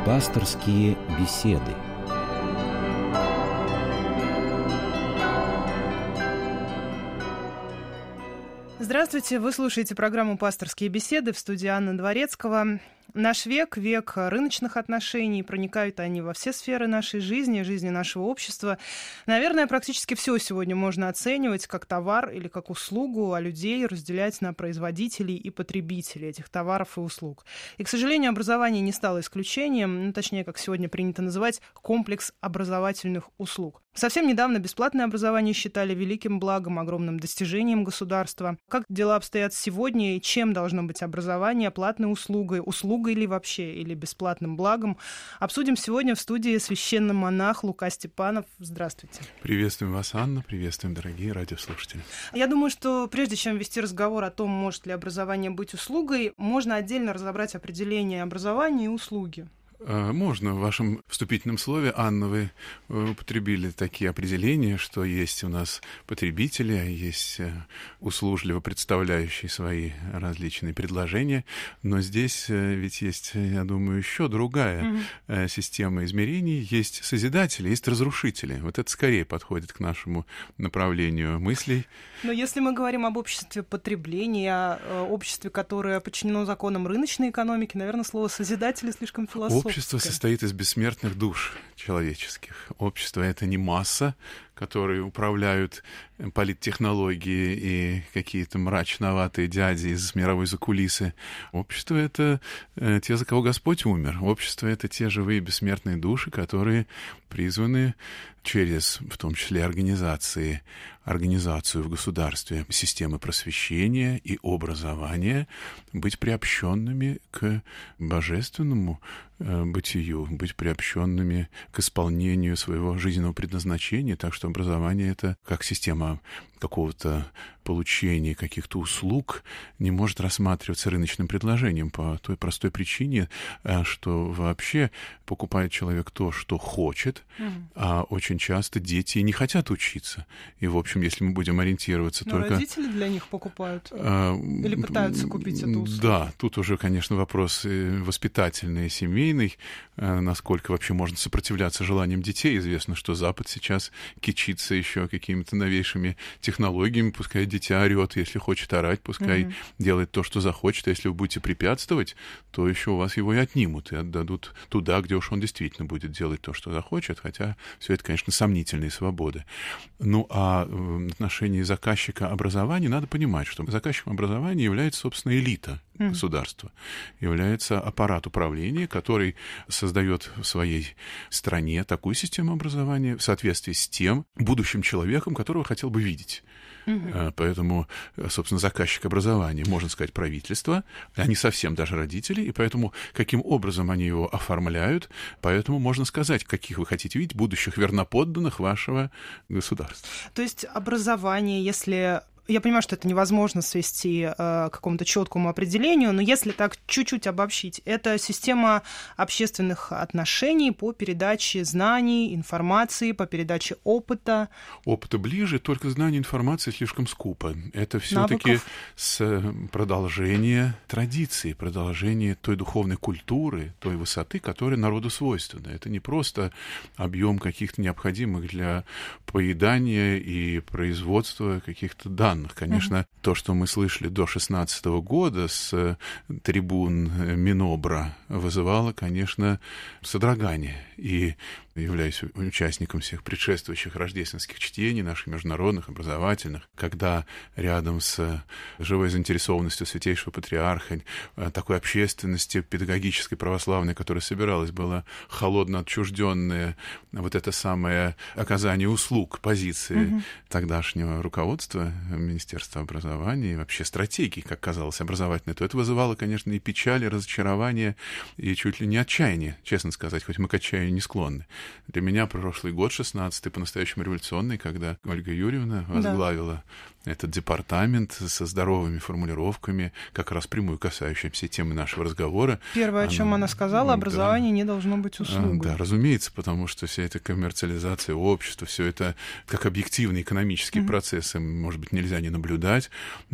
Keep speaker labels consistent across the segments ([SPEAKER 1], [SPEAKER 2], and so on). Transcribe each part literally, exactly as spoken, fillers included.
[SPEAKER 1] Пасторские беседы.
[SPEAKER 2] Здравствуйте, вы слушаете программу «Пасторские беседы», в студии Анна Дворецкого. Наш век — век рыночных отношений, проникают они во все сферы нашей жизни, жизни нашего общества. Наверное, практически все сегодня можно оценивать как товар или как услугу, а людей разделять на производителей и потребителей этих товаров и услуг. И, к сожалению, образование не стало исключением, ну, точнее, как сегодня принято называть, комплекс образовательных услуг. Совсем недавно бесплатное образование считали великим благом, огромным достижением государства. Как дела обстоят сегодня и чем должно быть образование, платной услугой, услугой или вообще, или бесплатным благом, обсудим сегодня в студии священный монах Лука Степанов. Здравствуйте.
[SPEAKER 3] Приветствуем вас, Анна, приветствуем, дорогие радиослушатели.
[SPEAKER 2] Я думаю, что прежде чем вести разговор о том, может ли образование быть услугой, можно отдельно разобрать определение образования и услуги.
[SPEAKER 3] Можно. В вашем вступительном слове, Анна, вы употребили такие определения, что есть у нас потребители, есть услужливо представляющие свои различные предложения, но здесь ведь есть, я думаю, еще другая mm-hmm. система измерений. Есть созидатели, есть разрушители. Вот это скорее подходит к нашему направлению мыслей.
[SPEAKER 2] Но если мы говорим об обществе потребления, о обществе, которое подчинено законам рыночной экономики, наверное, слово «созидатели» слишком философское.
[SPEAKER 3] Общество состоит из бессмертных душ человеческих. Общество — это не масса, которые управляют политтехнологии и какие-то мрачноватые дяди из мировой закулисы. Общество — это те, за кого Господь умер. Общество — это те живые бессмертные души, которые призваны через, в том числе, организации, организацию в государстве системы просвещения и образования, быть приобщенными к божественному э, бытию, быть приобщенными к исполнению своего жизненного предназначения. Так что образование — это как система какого-то получения каких-то услуг не может рассматриваться рыночным предложением по той простой причине, что вообще покупает человек то, что хочет, mm-hmm. а очень часто дети не хотят учиться. И, в общем, если мы будем ориентироваться
[SPEAKER 2] Но
[SPEAKER 3] только...
[SPEAKER 2] родители для них покупают? А, Или пытаются купить эту услугу?
[SPEAKER 3] Да, тут уже, конечно, вопрос воспитательный, семейный, насколько вообще можно сопротивляться желаниям детей. Известно, что Запад сейчас кичится еще какими-то новейшими технологиями, пускай дитя орет, если хочет орать, пускай mm-hmm. делает то, что захочет, а если вы будете препятствовать, то еще у вас его и отнимут, и отдадут туда, где уж он действительно будет делать то, что захочет, хотя все это, конечно, сомнительные свободы. Ну, а в отношении заказчика образования надо понимать, что заказчиком образования является, собственно, элита mm-hmm. государства, является аппарат управления, который создает в своей стране такую систему образования в соответствии с тем будущим человеком, которого хотел бы видеть. Uh-huh. Поэтому, собственно, заказчик образования, можно сказать, правительство, а не совсем даже родители, и поэтому каким образом они его оформляют, поэтому можно сказать, каких вы хотите видеть будущих верноподданных вашего государства.
[SPEAKER 2] То есть образование, если... Я понимаю, что это невозможно свести э, к какому-то четкому определению, но если так чуть-чуть обобщить, это система общественных отношений по передаче знаний, информации, по передаче опыта.
[SPEAKER 3] Опыта ближе, только знание информации слишком скупо. Это все-таки с продолжения традиции, продолжения той духовной культуры, той высоты, которая народу свойственна. Это не просто объем каких-то необходимых для поедания и производства каких-то данных. Конечно, uh-huh. то, что мы слышали до шестнадцатого года с трибун Минобра, вызывало, конечно, содрогание. И, являясь участником всех предшествующих рождественских чтений, наших международных, образовательных, когда рядом с живой заинтересованностью Святейшего Патриарха, такой общественности педагогической православной, которая собиралась, было холодно отчужденное вот это самое оказание услуг позиции uh-huh. тогдашнего руководства Министерства образования и вообще стратегии, как казалось, образовательной, то это вызывало, конечно, и печаль, и разочарование, и чуть ли не отчаяние, честно сказать, хоть мы к отчаянию не склонны. Для меня прошлый год, шестнадцатый, по-настоящему революционный, когда Ольга Юрьевна возглавила да. этот департамент со здоровыми формулировками, как раз прямую касающимся темы нашего разговора.
[SPEAKER 2] Первое, о чем она, она сказала, образование да, не должно быть услугой.
[SPEAKER 3] Да, разумеется, потому что вся эта коммерциализация общества, все это как объективные экономические mm-hmm. процессы, может быть, нельзя не наблюдать,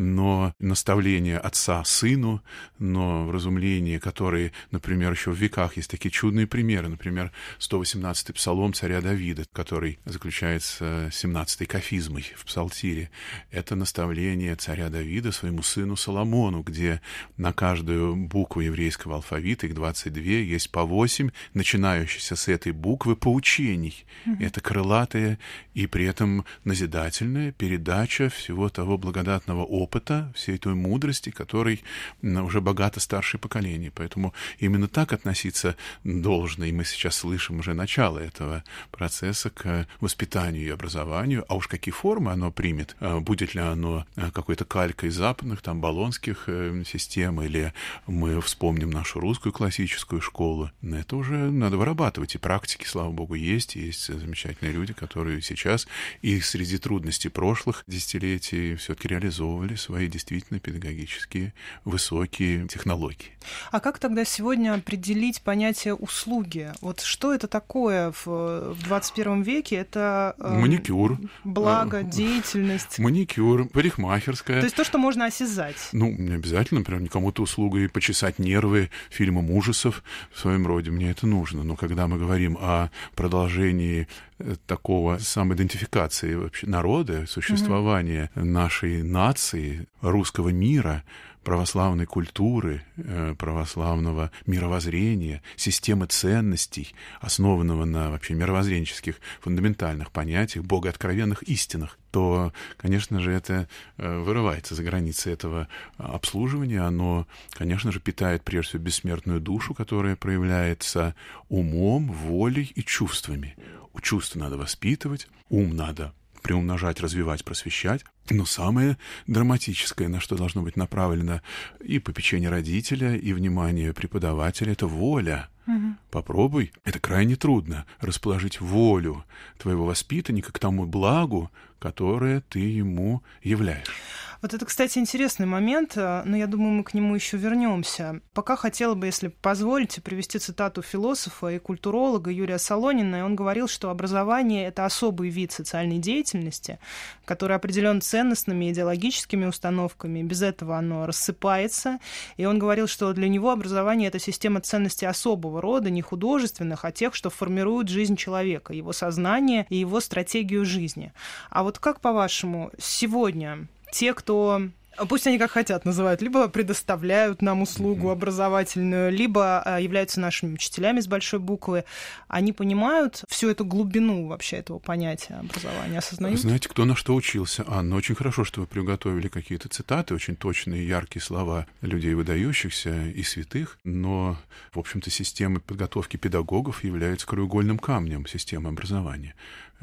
[SPEAKER 3] но наставление отца сыну, но вразумление, которые, например, еще в веках есть такие чудные примеры, например, сто восемнадцатый псалом царя Давида, который заключается семнадцатой кафизмой в псалтире. Это наставление царя Давида своему сыну Соломону, где на каждую букву еврейского алфавита, их двадцать две, есть по восемь, начинающихся с этой буквы поучений. Mm-hmm. Это крылатая и при этом назидательная передача всего того благодатного опыта, всей той мудрости, которой уже богато старшее поколение. Поэтому именно так относиться должно, и мы сейчас слышим уже начало этого процесса к воспитанию и образованию, а уж какие формы оно примет, будет ли оно какой-то калькой западных, там, болонских систем, или мы вспомним нашу русскую классическую школу, это уже надо вырабатывать, и практики, слава богу, есть, есть замечательные люди, которые сейчас и среди трудностей прошлых десятилетий все-таки реализовывали свои действительно педагогические высокие технологии.
[SPEAKER 2] А как тогда сегодня определить понятие услуги? Вот что это такое в двадцать первом веке? Это э,
[SPEAKER 3] маникюр,
[SPEAKER 2] благо, деятельность,
[SPEAKER 3] маникюр, парикмахерская.
[SPEAKER 2] То есть то, что можно осязать.
[SPEAKER 3] Ну, не обязательно, например, кому-то услугой почесать нервы фильмом ужасов в своем роде. Мне это нужно. Но когда мы говорим о продолжении такого самоидентификации вообще народа, существования mm-hmm. нашей нации, русского мира, православной культуры, православного мировоззрения, системы ценностей, основанного на вообще мировоззренческих фундаментальных понятиях, богооткровенных истинах, то, конечно же, это вырывается за границы этого обслуживания. Оно, конечно же, питает прежде всего бессмертную душу, которая проявляется умом, волей и чувствами. Чувства надо воспитывать, ум надо приумножать, развивать, просвещать. Но самое драматическое, на что должно быть направлено и попечение родителя, и внимание преподавателя, это воля. Угу. Попробуй, это крайне трудно, расположить волю твоего воспитанника к тому благу, которое ты ему являешь.
[SPEAKER 2] Вот это, кстати, интересный момент, но я думаю, мы к нему еще вернемся. Пока хотела бы, если позволите, привести цитату философа и культуролога Юрия Солонина. И он говорил, что образование — это особый вид социальной деятельности, который определен ценностными идеологическими установками. Без этого оно рассыпается. И он говорил, что для него образование — это система ценностей особого рода, не художественных, а тех, что формируют жизнь человека, его сознание и его стратегию жизни. А вот как, по-вашему, сегодня те, кто, пусть они как хотят называют, либо предоставляют нам услугу образовательную, либо являются нашими учителями с большой буквы, они понимают всю эту глубину вообще этого понятия образования, осознают?
[SPEAKER 3] Знаете, кто на что учился? Анна, очень хорошо, что вы приготовили какие-то цитаты, очень точные, яркие слова людей выдающихся и святых, но, в общем-то, система подготовки педагогов является краеугольным камнем системы образования.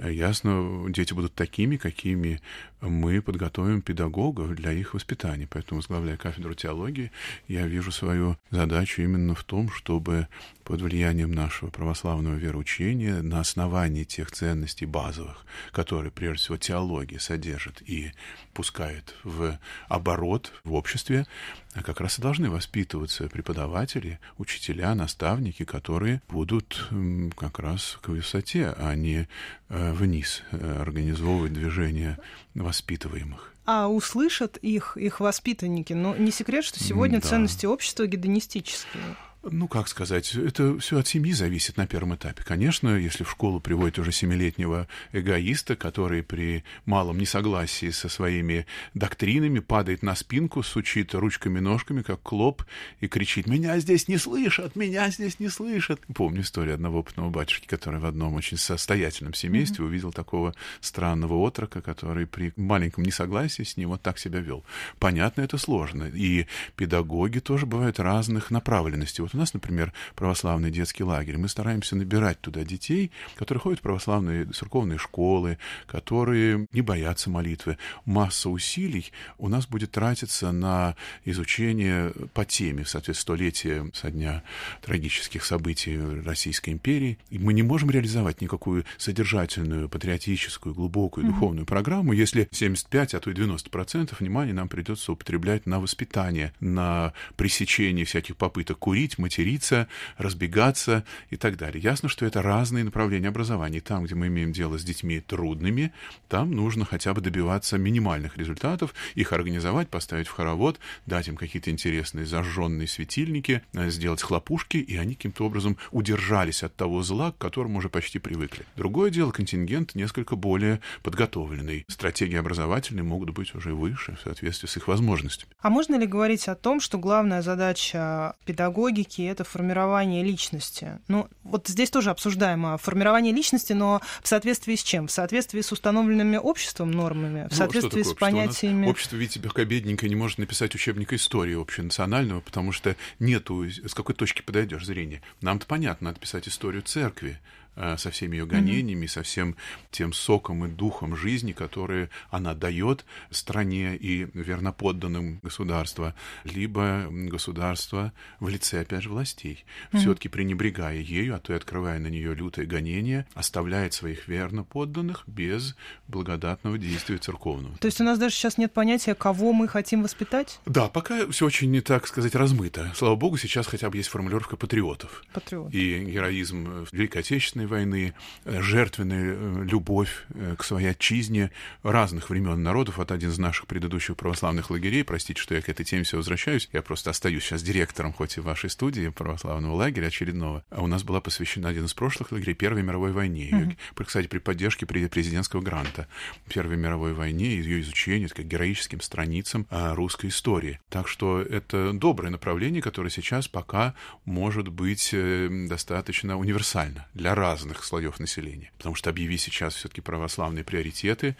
[SPEAKER 3] Ясно, дети будут такими, какими мы подготовим педагогов для их воспитания. Поэтому, возглавляя кафедру теологии, я вижу свою задачу именно в том, чтобы под влиянием нашего православного вероучения на основании тех ценностей базовых, которые, прежде всего, теология содержит и пускает в оборот в обществе, как раз и должны воспитываться преподаватели, учителя, наставники, которые будут как раз к высоте, а не вниз организовывать движение воспитываемых.
[SPEAKER 2] А услышат их, их воспитанники? Но не секрет, что сегодня да. ценности общества гедонистические.
[SPEAKER 3] Ну, как сказать, это все от семьи зависит на первом этапе. Конечно, если в школу приводят уже семилетнего эгоиста, который при малом несогласии со своими доктринами падает на спинку, сучит ручками-ножками, как клоп, и кричит: «Меня здесь не слышат! Меня здесь не слышат!» Помню историю одного опытного батюшки, который в одном очень состоятельном семействе mm-hmm. увидел такого странного отрока, который при маленьком несогласии с ним вот так себя вел. Понятно, это сложно. И педагоги тоже бывают разных направленностей. Вот у нас, например, православный детский лагерь. Мы стараемся набирать туда детей, которые ходят в православные церковные школы, которые не боятся молитвы. Масса усилий у нас будет тратиться на изучение по теме, в соответствии столетия со дня трагических событий Российской империи. И мы не можем реализовать никакую содержательную, патриотическую, глубокую mm-hmm. духовную программу, если семьдесят пять, а то и девяносто процентов внимания нам придется употреблять на воспитание, на пресечение всяких попыток курить, материться, разбегаться и так далее. Ясно, что это разные направления образования. Там, где мы имеем дело с детьми трудными, там нужно хотя бы добиваться минимальных результатов, их организовать, поставить в хоровод, дать им какие-то интересные зажженные светильники, сделать хлопушки, и они каким-то образом удержались от того зла, к которому уже почти привыкли. Другое дело, контингент несколько более подготовленный. Стратегии образовательные могут быть уже выше в соответствии с их возможностями.
[SPEAKER 2] А можно ли говорить о том, что главная задача педагогики — это формирование личности? Ну, вот здесь тоже обсуждаемо формирование личности, но в соответствии с чем? В соответствии с установленными обществом нормами? В соответствии ну, с понятиями...
[SPEAKER 3] Общество, видите, пока бедненькое, не может написать учебник истории общенационального, потому что нету, с какой точки подойдешь зрения. Нам-то понятно, надо писать историю церкви со всеми ее гонениями, mm-hmm. со всем тем соком и духом жизни, которые она дает стране и верноподданным государства, либо государства в лице, опять же, властей. Mm-hmm. Все-таки пренебрегая ею, а то и открывая на нее лютое гонение, оставляет своих верноподданных без благодатного действия церковного.
[SPEAKER 2] То есть у нас даже сейчас нет понятия, кого мы хотим воспитать?
[SPEAKER 3] Да, пока все очень, не так сказать, размыто. Слава богу, сейчас хотя бы есть формулировка патриотов.
[SPEAKER 2] Патриот. И
[SPEAKER 3] героизм Великой Отечественной войны, жертвенная любовь к своей отчизне разных времен народов. Вот один из наших предыдущих православных лагерей, простите, что я к этой теме все возвращаюсь, я просто остаюсь сейчас директором, хоть и в вашей студии, православного лагеря очередного, а у нас была посвящена один из прошлых лагерей Первой мировой войне, mm-hmm. ее, кстати, при поддержке президентского гранта Первой мировой войне, ее изучению, как героическим страницам русской истории. Так что это доброе направление, которое сейчас пока может быть достаточно универсально для разных разных слоев населения. Потому что объяви сейчас все-таки православные приоритеты,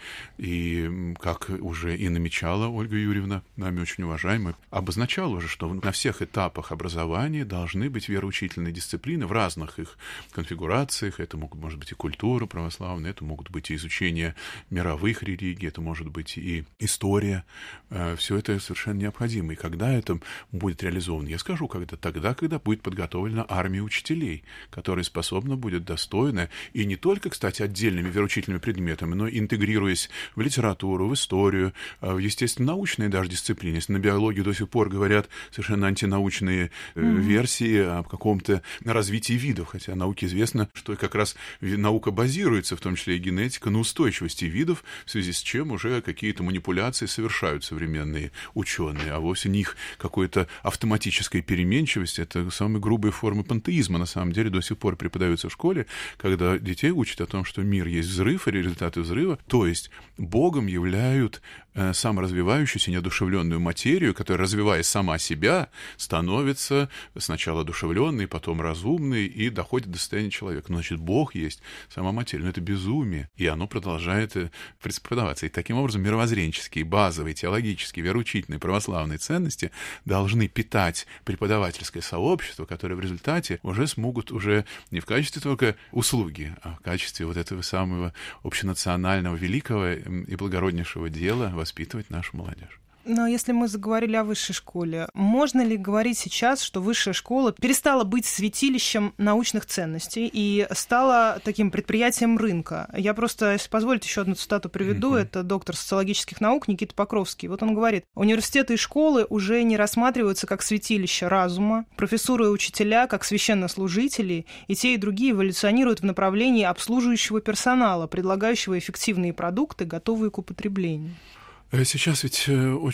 [SPEAKER 3] и, как уже и намечала Ольга Юрьевна, нами очень уважаемая, обозначала уже, что на всех этапах образования должны быть вероучительные дисциплины в разных их конфигурациях. Это могут, может быть и культура православная, это могут быть и изучение мировых религий, это может быть и история. Все это совершенно необходимо. И когда это будет реализовано? Я скажу, когда тогда, когда будет подготовлена армия учителей, которая способна будет достойно, и не только, кстати, отдельными вероучительными предметами, но интегрируясь в литературу, в историю, в естественно-научные даже дисциплины. Если на биологию до сих пор говорят совершенно антинаучные mm-hmm. версии о каком-то развитии видов, хотя науке известно, что как раз наука базируется, в том числе и генетика, на устойчивости видов, в связи с чем уже какие-то манипуляции совершают современные ученые, а вовсе не их какой-то автоматической переменчивости. Это самые грубые формы пантеизма, на самом деле, до сих пор преподаются в школе, когда детей учат о том, что мир есть взрыв и результаты взрыва, то есть Богом являют э, саморазвивающуюся неодушевленную материю, которая, развиваясь сама себя, становится сначала одушевленной, потом разумной и доходит до состояния человека. Ну, значит, Бог есть сама материя. Но это безумие, и оно продолжает э, преподаваться. И таким образом мировоззренческие, базовые, теологические, вероучительные, православные ценности должны питать преподавательское сообщество, которое в результате уже смогут уже не в качестве только услуги, а в качестве вот этого самого общенационального великого и благороднейшего дела воспитывать нашу молодежь.
[SPEAKER 2] Но если мы заговорили о высшей школе, можно ли говорить сейчас, что высшая школа перестала быть святилищем научных ценностей и стала таким предприятием рынка? Я просто, если позволите, еще одну цитату приведу. Mm-hmm. Это доктор социологических наук Никита Покровский. Вот он говорит: университеты и школы уже не рассматриваются как святилище разума, профессуры и учителя как священнослужители, и те, и другие эволюционируют в направлении обслуживающего персонала, предлагающего эффективные продукты, готовые к употреблению.
[SPEAKER 3] Сейчас ведь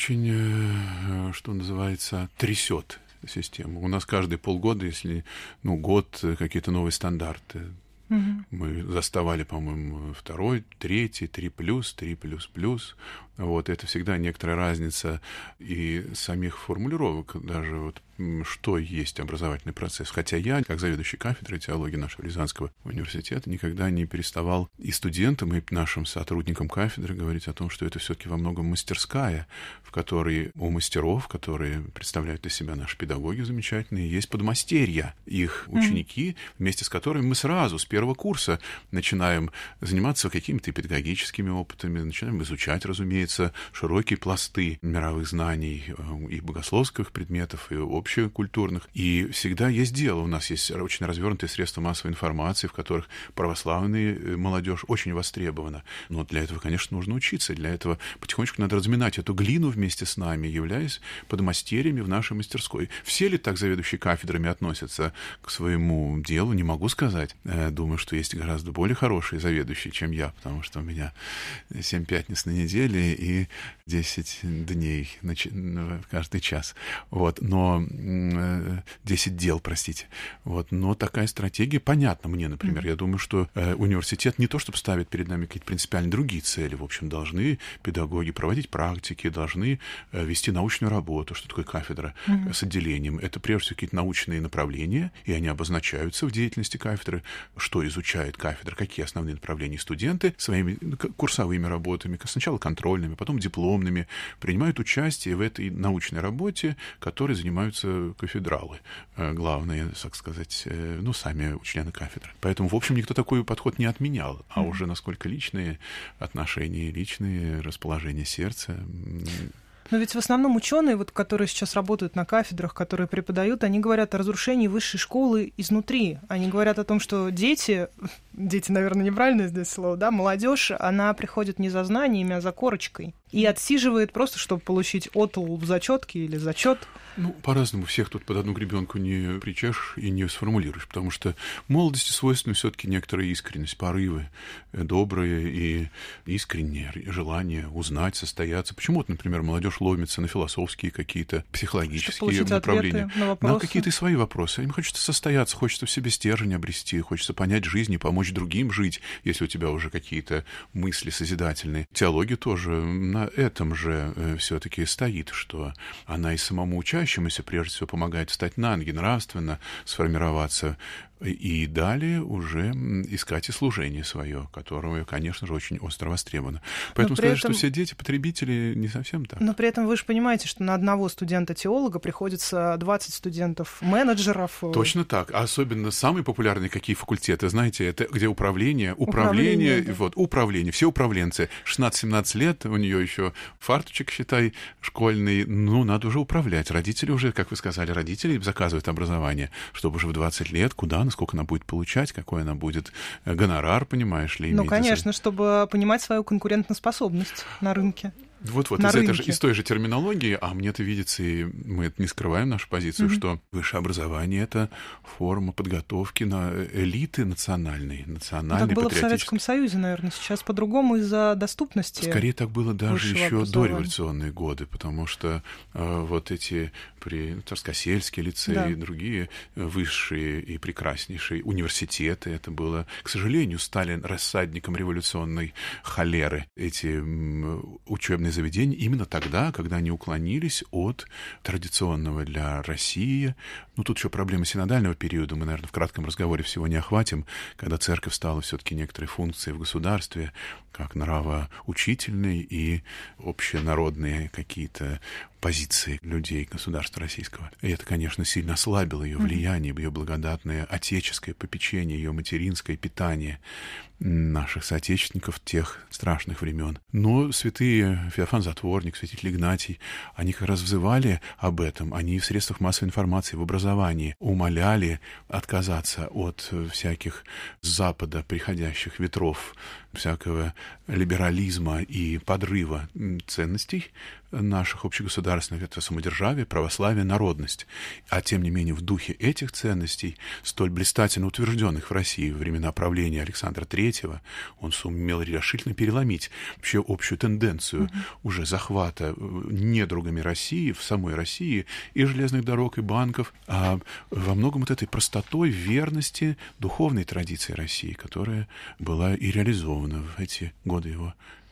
[SPEAKER 3] очень, что называется, трясет систему. У нас каждые полгода, если ну, год, какие-то новые стандарты. Угу. Мы заставали, по-моему, второй, третий, три плюс, три плюс плюс. Вот это всегда некоторая разница и самих формулировок. Даже вот что есть образовательный процесс. Хотя я, как заведующий кафедрой теологии нашего Рязанского университета, никогда не переставал и студентам, и нашим сотрудникам кафедры говорить о том, что это все-таки во многом мастерская, в которой у мастеров, которые представляют из себя наши педагоги замечательные, есть подмастерья, их ученики, mm-hmm. вместе с которыми мы сразу с первого курса начинаем заниматься какими-то педагогическими опытами, начинаем изучать, разумеется, широкие пласты мировых знаний и богословских предметов, и общекультурных. И всегда есть дело. У нас есть очень развернутые средства массовой информации, в которых православная молодежь очень востребована. Но для этого, конечно, нужно учиться. Для этого потихонечку надо разминать эту глину вместе с нами, являясь подмастерьями в нашей мастерской. Все ли так заведующие кафедрами относятся к своему делу? Не могу сказать. Думаю, что есть гораздо более хорошие заведующие, чем я, потому что у меня семь пятниц на неделе и десять дней каждый час. Вот. Но десять дел, простите. Вот. Но такая стратегия понятна мне, например. Mm-hmm. Я думаю, что э, университет не то, чтобы ставит перед нами какие-то принципиально другие цели. В общем, должны педагоги проводить практики, должны э, вести научную работу. Что такое кафедра mm-hmm. с отделением? Это, прежде всего, какие-то научные направления, и они обозначаются в деятельности кафедры, что изучает кафедра, какие основные направления. Студенты своими курсовыми работами, сначала контрольными, потом дипломными, принимают участие в этой научной работе, которой занимаются кафедралы, главные, так сказать, ну, сами члены кафедры. Поэтому, в общем, никто такой подход не отменял, а mm-hmm. уже насколько личные отношения, личные расположения сердца.
[SPEAKER 2] Но ведь в основном ученые, вот, которые сейчас работают на кафедрах, которые преподают, они говорят о разрушении высшей школы изнутри. Они говорят о том, что дети, дети, наверное, неправильное здесь слово, да, молодежь, она приходит не за знаниями, а за корочкой. И отсиживает просто, чтобы получить отл в зачетке или зачет.
[SPEAKER 3] Ну, по-разному. Всех тут под одну гребенку не причешешь и не сформулируешь, потому что молодости свойственна все-таки некоторая искренность, порывы, добрые и искренние желание узнать, состояться. Почему вот, например, молодежь ломится на философские какие-то психологические направления, на, на какие-то свои вопросы. Им хочется состояться, хочется в себе стержень обрести, хочется понять жизнь и помочь другим жить, если у тебя уже какие-то мысли созидательные. Теология тоже на этом же э, все-таки стоит, что она и самому учащемуся прежде всего помогает встать на ноги, нравственно сформироваться, и далее уже искать и служение свое, которое, конечно же, очень остро востребовано. Поэтому сказать, этом... что все дети потребители, не совсем так.
[SPEAKER 2] Но при этом вы же понимаете, что на одного студента-теолога приходится двадцать студентов-менеджеров.
[SPEAKER 3] Точно так. А особенно самые популярные какие факультеты, знаете, это где управление, управление, управление, да. вот, управление, все управленцы. шестнадцать-семнадцать лет, у нее еще фарточек, считай, школьный, ну, надо уже управлять. Родители уже, как вы сказали, родители заказывают образование, чтобы уже в двадцать лет куда, насколько она будет получать, какой она будет гонорар, понимаешь ли.
[SPEAKER 2] Ну, конечно, чтобы понимать свою конкурентоспособность на рынке.
[SPEAKER 3] Вот-вот, из, этой же, из той же терминологии, а мне это видится, и мы это не скрываем, нашу позицию, mm-hmm. что высшее образование — это форма подготовки на элиты национальной, национальной,
[SPEAKER 2] так было в Советском Союзе, наверное, сейчас по-другому из-за доступности.
[SPEAKER 3] Скорее так было даже еще до революционные годы, потому что э, вот эти при Царскосельский лицей да. и другие высшие и прекраснейшие университеты, это было, к сожалению, стали рассадником революционной холеры, эти м, учебные заведения именно тогда, когда они уклонились от традиционного для России. Ну, тут еще проблема синодального периода, мы, наверное, в кратком разговоре всего не охватим, когда церковь стала все-таки некоторые функции в государстве, как нравоучительные и общенародные какие-то позиции людей государства российского. И это, конечно, сильно ослабило ее влияние, ее благодатное отеческое попечение, ее материнское питание наших соотечественников тех страшных времен. Но святые Феофан Затворник, святитель Игнатий, они как раз взывали об этом. Они в средствах массовой информации, в образовании умоляли отказаться от всяких с Запада приходящих ветров, всякого либерализма и подрыва ценностей наших общегосударственных, это самодержавие, православие, народность. А тем не менее в духе этих ценностей, столь блистательно утвержденных в России во времена правления Александра Третьего, он сумел решительно переломить вообще общую тенденцию mm-hmm. уже захвата недругами России, в самой России, и железных дорог, и банков, а во многом вот этой простотой, верности духовной традиции России, которая была и реализована в эти годы его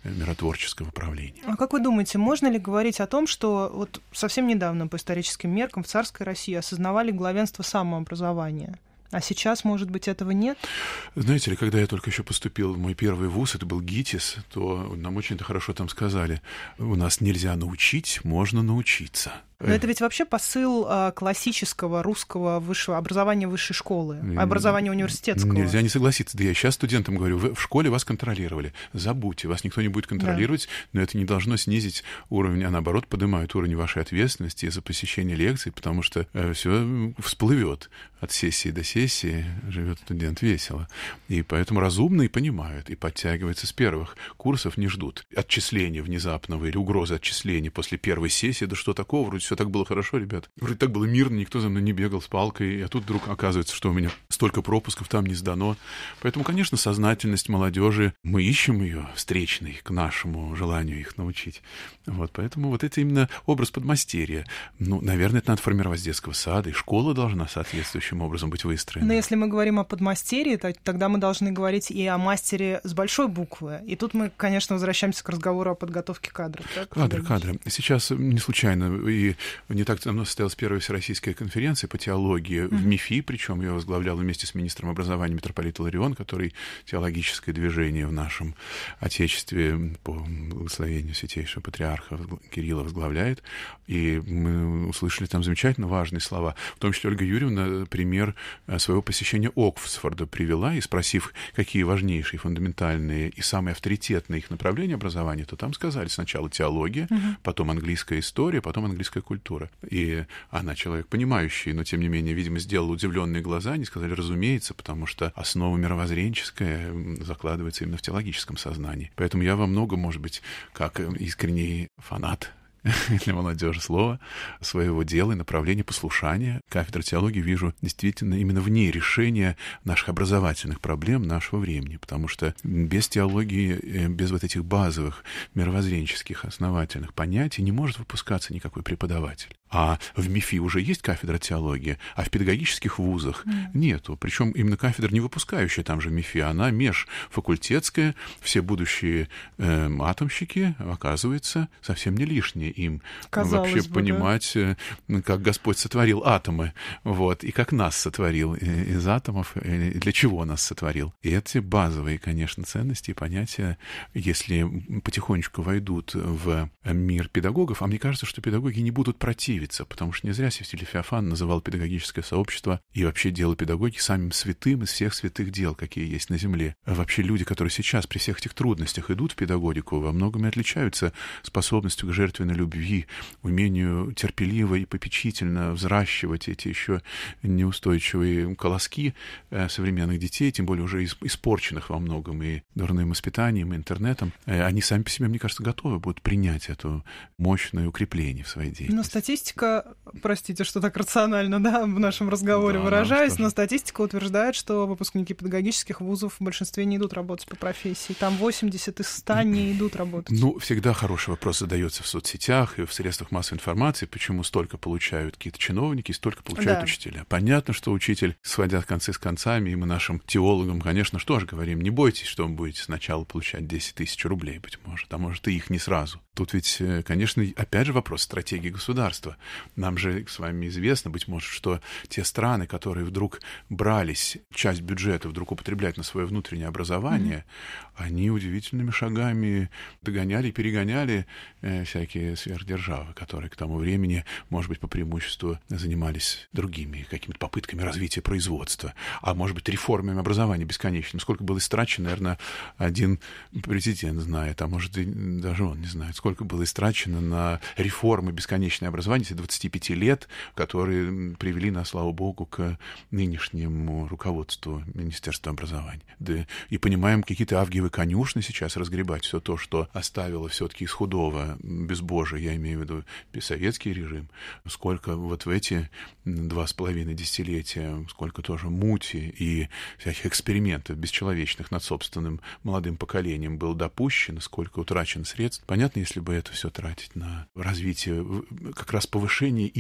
[SPEAKER 3] миротворческого правления.
[SPEAKER 2] А как вы думаете, можно ли говорить о том, что вот совсем недавно по историческим меркам в царской России осознавали главенство самообразования? А сейчас, может быть, этого нет?
[SPEAKER 3] Знаете ли, когда я только еще поступил в мой первый вуз, это был ГИТИС, то нам очень-то хорошо там сказали, у нас нельзя научить, можно научиться.
[SPEAKER 2] Но это ведь вообще посыл а, классического русского высшего образования высшей школы, образования университетского.
[SPEAKER 3] Нельзя не согласиться. Да я сейчас студентам говорю, вы в школе вас контролировали. Забудьте, вас никто не будет контролировать, да. Но это не должно снизить уровень, а наоборот поднимает уровень вашей ответственности за посещение лекций, потому что э, все всплывет от сессии до сессии, живет студент весело. И поэтому разумные понимают и подтягиваются с первых курсов, не ждут отчисления внезапного или угрозы отчисления после первой сессии. Да что такого, вроде все так было хорошо, ребят. Вроде так было мирно, никто за мной не бегал с палкой, а тут вдруг оказывается, что у меня столько пропусков там не сдано. Поэтому, конечно, сознательность молодежи, мы ищем ее встречной к нашему желанию их научить. Вот, поэтому вот это именно образ подмастерья. Ну, наверное, это надо формировать с детского сада, и школа должна соответствующим образом быть выстроена.
[SPEAKER 2] Но если мы говорим о подмастерье, то тогда мы должны говорить и о мастере с большой буквы. И тут мы, конечно, возвращаемся к разговору о подготовке кадров. Так?
[SPEAKER 3] Кадры, кадры. Сейчас не случайно и не так давно состоялась первая всероссийская конференция по теологии mm-hmm. в МИФИ, причем я возглавлял вместе с министром образования митрополит Иларион, который теологическое движение в нашем Отечестве по благословению святейшего патриарха Кирилла возглавляет. И мы услышали там замечательно важные слова. В том числе Ольга Юрьевна пример своего посещения Оксфорда привела, и спросив, какие важнейшие, фундаментальные и самые авторитетные их направления образования, то там сказали сначала теология, mm-hmm. потом английская история, потом английская культура. И она человек понимающий, но, тем не менее, видимо, сделала удивленные глаза. Они сказали, разумеется, потому что основа мировоззренческая закладывается именно в теологическом сознании. Поэтому я во многом, может быть, как искренний фанат для молодежи слова, своего дела и направления послушания кафедры теологии вижу действительно именно в ней решение наших образовательных проблем нашего времени, потому что без теологии, без вот этих базовых мировоззренческих основательных понятий не может выпускаться никакой преподаватель. А в МИФИ уже есть кафедра теологии, а в педагогических вузах mm. нету. Причем именно кафедра не выпускающая там же МИФИ, она межфакультетская, все будущие э, атомщики, оказывается, совсем не лишние им
[SPEAKER 2] Казалось
[SPEAKER 3] вообще
[SPEAKER 2] бы,
[SPEAKER 3] понимать, да? Как Господь сотворил атомы, вот, и как нас сотворил из атомов, и для чего нас сотворил. И эти базовые, конечно, ценности и понятия, если потихонечку войдут в мир педагогов, а мне кажется, что педагоги не будут противиться, потому что не зря Севстилий Феофан называл педагогическое сообщество и вообще дело педагогики самым святым из всех святых дел, какие есть на земле. А вообще люди, которые сейчас при всех этих трудностях идут в педагогику, во многом и отличаются способностью к жертвенной любви, умению терпеливо и попечительно взращивать эти еще неустойчивые колоски современных детей, тем более уже испорченных во многом и дурным воспитанием, и интернетом. Они сами по себе, мне кажется, готовы будут принять это мощное укрепление в своей деятельности.
[SPEAKER 2] Но статистика, простите, что так рационально, да, в нашем разговоре да, выражаюсь, но статистика утверждает, что выпускники педагогических вузов в большинстве не идут работать по профессии. Там восемьдесят из ста не идут работать.
[SPEAKER 3] Ну, всегда хороший вопрос задается в соцсетях и в средствах массовой информации, почему столько получают какие-то чиновники, столько получают да. учителя. Понятно, что учитель, сводя концы с концами, и мы нашим теологам, конечно, что же говорим, не бойтесь, что вы будете сначала получать десять тысяч рублей, быть может, а может и их не сразу. Тут ведь, конечно, опять же вопрос стратегии государства. Нам же с вами известно, быть может, что те страны, которые вдруг брались часть бюджета вдруг употреблять на свое внутреннее образование, mm-hmm. они удивительными шагами догоняли и перегоняли э, всякие сверхдержавы, которые к тому времени, может быть, по преимуществу занимались другими какими-то попытками развития производства, а может быть, реформами образования бесконечным. Сколько было истрачено, наверное, один президент знает, а может, и даже он не знает, сколько было истрачено на реформы бесконечное образование с двадцати пяти лет, которые привели нас, слава богу, к нынешнему руководству Министерства образования. Да, и понимаем, какие-то авгиевы конюшни сейчас разгребать все то, что оставило все-таки из худого безбожия, я имею в виду советский режим, сколько вот в эти два с половиной десятилетия, сколько тоже мути и всяких экспериментов бесчеловечных над собственным молодым поколением было допущено, сколько утрачено средств. Понятно, если бы это все тратить на развитие, как раз повышение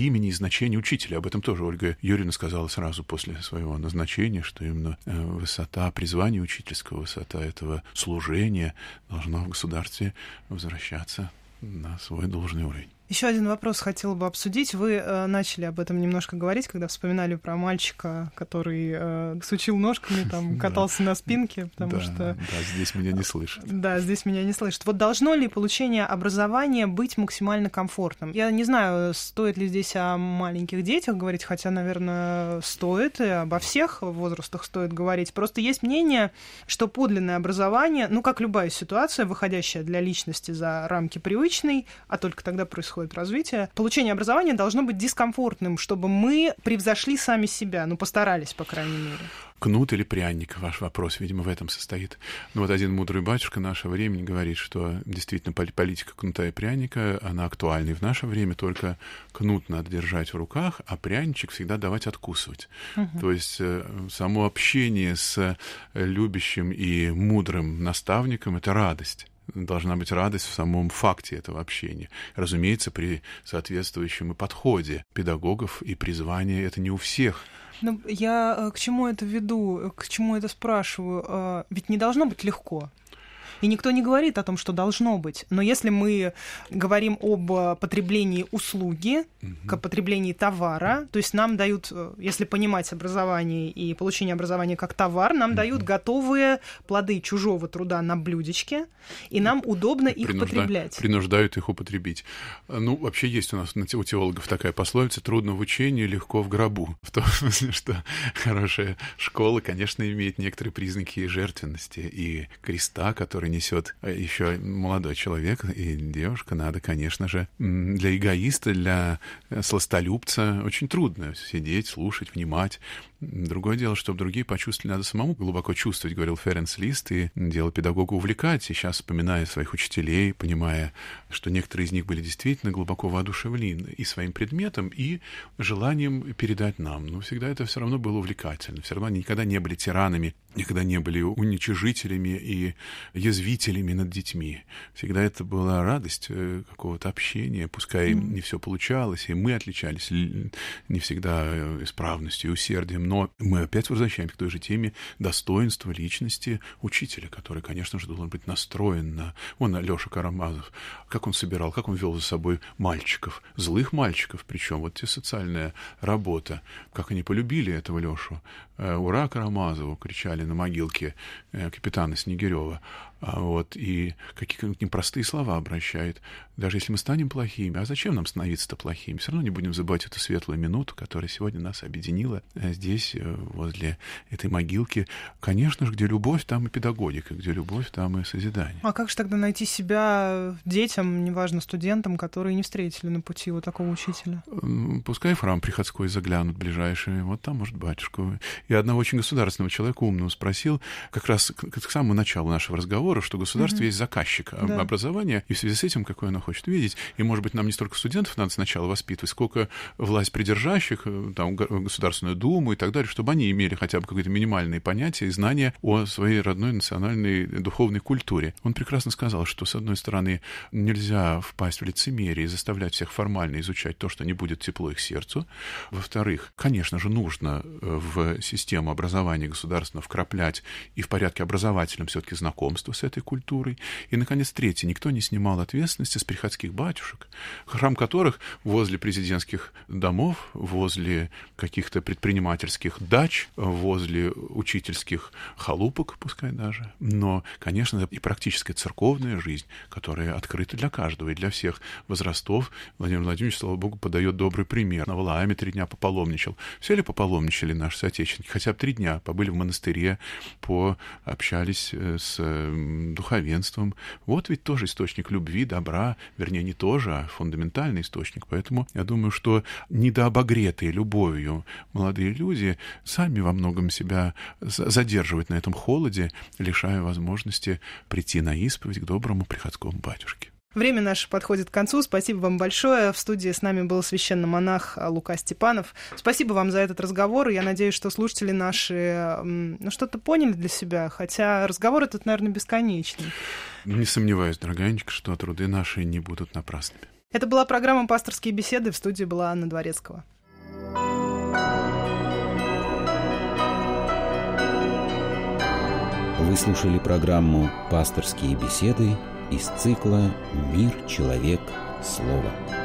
[SPEAKER 3] имени и значения учителя. Об этом тоже Ольга Юрьевна сказала сразу после своего назначения, что именно высота призвания учительского, высота этого служения должна в государстве возвращаться на свой должный уровень.
[SPEAKER 2] Еще один вопрос хотела бы обсудить. Вы э, начали об этом немножко говорить, когда вспоминали про мальчика, который э, сучил ножками, там, катался на спинке, потому что...
[SPEAKER 3] Да, здесь меня не слышат.
[SPEAKER 2] Да, здесь меня не слышат. Вот должно ли получение образования быть максимально комфортным? Я не знаю, стоит ли здесь о маленьких детях говорить, хотя, наверное, стоит, и обо всех возрастах стоит говорить. Просто есть мнение, что подлинное образование, ну, как любая ситуация, выходящая для личности за рамки привычной, а только тогда происходит развитие, получение образования должно быть дискомфортным, чтобы мы превзошли сами себя, ну, постарались, по крайней мере.
[SPEAKER 3] Кнут или пряник? Ваш вопрос, видимо, в этом состоит. Ну, вот один мудрый батюшка нашего времени говорит, что действительно политика кнута и пряника, она актуальна и в наше время, только кнут надо держать в руках, а пряничек всегда давать откусывать. Угу. То есть само общение с любящим и мудрым наставником — это радость. Должна быть радость в самом факте этого общения. Разумеется, при соответствующем и подходе педагогов и призвания это не у всех.
[SPEAKER 2] Ну, я к чему это веду, к чему это спрашиваю? Ведь не должно быть легко. И никто не говорит о том, что должно быть. Но если мы говорим об потреблении услуги, угу. о потреблении товара, то есть нам дают, если понимать образование и получение образования как товар, нам угу. дают готовые плоды чужого труда на блюдечке, и нам удобно их
[SPEAKER 3] Принужда...
[SPEAKER 2] потреблять.
[SPEAKER 3] Принуждают их употребить. Ну, вообще есть у нас у теологов такая пословица: трудно в учении, легко в гробу. В том смысле, что хорошая школа, конечно, имеет некоторые признаки и жертвенности, и креста, который несет еще молодой человек и девушка, надо, конечно же, для эгоиста, для сластолюбца очень трудно сидеть, слушать, внимать. Другое дело, чтобы другие почувствовали, надо самому глубоко чувствовать, говорил Ференц Лист, и дело педагога увлекать. И сейчас, вспоминая своих учителей, понимая, что некоторые из них были действительно глубоко воодушевлены и своим предметом, и желанием передать нам. Но всегда это все равно было увлекательно. Все равно они никогда не были тиранами, никогда не были уничижителями и язвителями над детьми. Всегда это была радость какого-то общения, пускай mm-hmm. не все получалось, и мы отличались не всегда исправностью и усердием, но мы опять возвращаемся к той же теме достоинства личности учителя, который, конечно же, должен быть настроен на... Вон Лёша Карамазов, как он собирал, как он вел за собой мальчиков, злых мальчиков, причем вот те социальная работа, как они полюбили этого Лёшу. «Ура Карамазову!» кричали на могилке капитана Снегирёва. Вот, и какие непростые слова обращает. Даже если мы станем плохими, а зачем нам становиться-то плохими? Все равно не будем забывать эту светлую минуту, которая сегодня нас объединила здесь, возле этой могилки. Конечно же, где любовь, там и педагогика, где любовь, там и созидание.
[SPEAKER 2] А как же тогда найти себя детям, неважно, студентам, которые не встретили на пути вот такого учителя?
[SPEAKER 3] Пускай в храм приходской заглянут ближайшие, вот там, может, батюшку. Я одного очень государственного человека умного спросил, как раз к, к самому началу нашего разговора, что государство mm-hmm. есть заказчик да. образования, и в связи с этим, какое оно хочет видеть. И, может быть, нам не столько студентов надо сначала воспитывать, сколько власть придержащих, там, Государственную Думу и так далее, чтобы они имели хотя бы какие-то минимальные понятия и знания о своей родной национальной духовной культуре. Он прекрасно сказал, что, с одной стороны, нельзя впасть в лицемерие и заставлять всех формально изучать то, что не будет тепло их сердцу. Во-вторых, конечно же, нужно в систему образования государственного вкраплять и в порядке образовательном все-таки знакомство с этой культурой. И, наконец, третье. Никто не снимал ответственности с приходских батюшек, храм которых возле президентских домов, возле каких-то предпринимательских дач, возле учительских халупок, пускай даже. Но, конечно, и практическая церковная жизнь, которая открыта для каждого и для всех возрастов. Владимир Владимирович, слава богу, подает добрый пример. На Валааме три дня попаломничал. Все ли попаломничали наши соотечественники? Хотя бы три дня побыли в монастыре, пообщались с духовенством. Вот ведь тоже источник любви, добра, вернее, не тоже, а фундаментальный источник. Поэтому я думаю, что недообогретые любовью молодые люди сами во многом себя задерживают на этом холоде, лишая возможности прийти на исповедь к доброму приходскому батюшке.
[SPEAKER 2] Время наше подходит к концу. Спасибо вам большое. В студии с нами был священномонах Лука Степанов. Спасибо вам за этот разговор. Я надеюсь, что слушатели наши ну, что-то поняли для себя, хотя разговор этот, наверное, бесконечный.
[SPEAKER 3] Не сомневаюсь, дорогая Анечка, что труды наши не будут напрасными.
[SPEAKER 2] Это была программа «Пасторские беседы». В студии была Анна Дворецкова.
[SPEAKER 1] Вы слушали программу «Пасторские беседы» из цикла «Мир, человек, слово».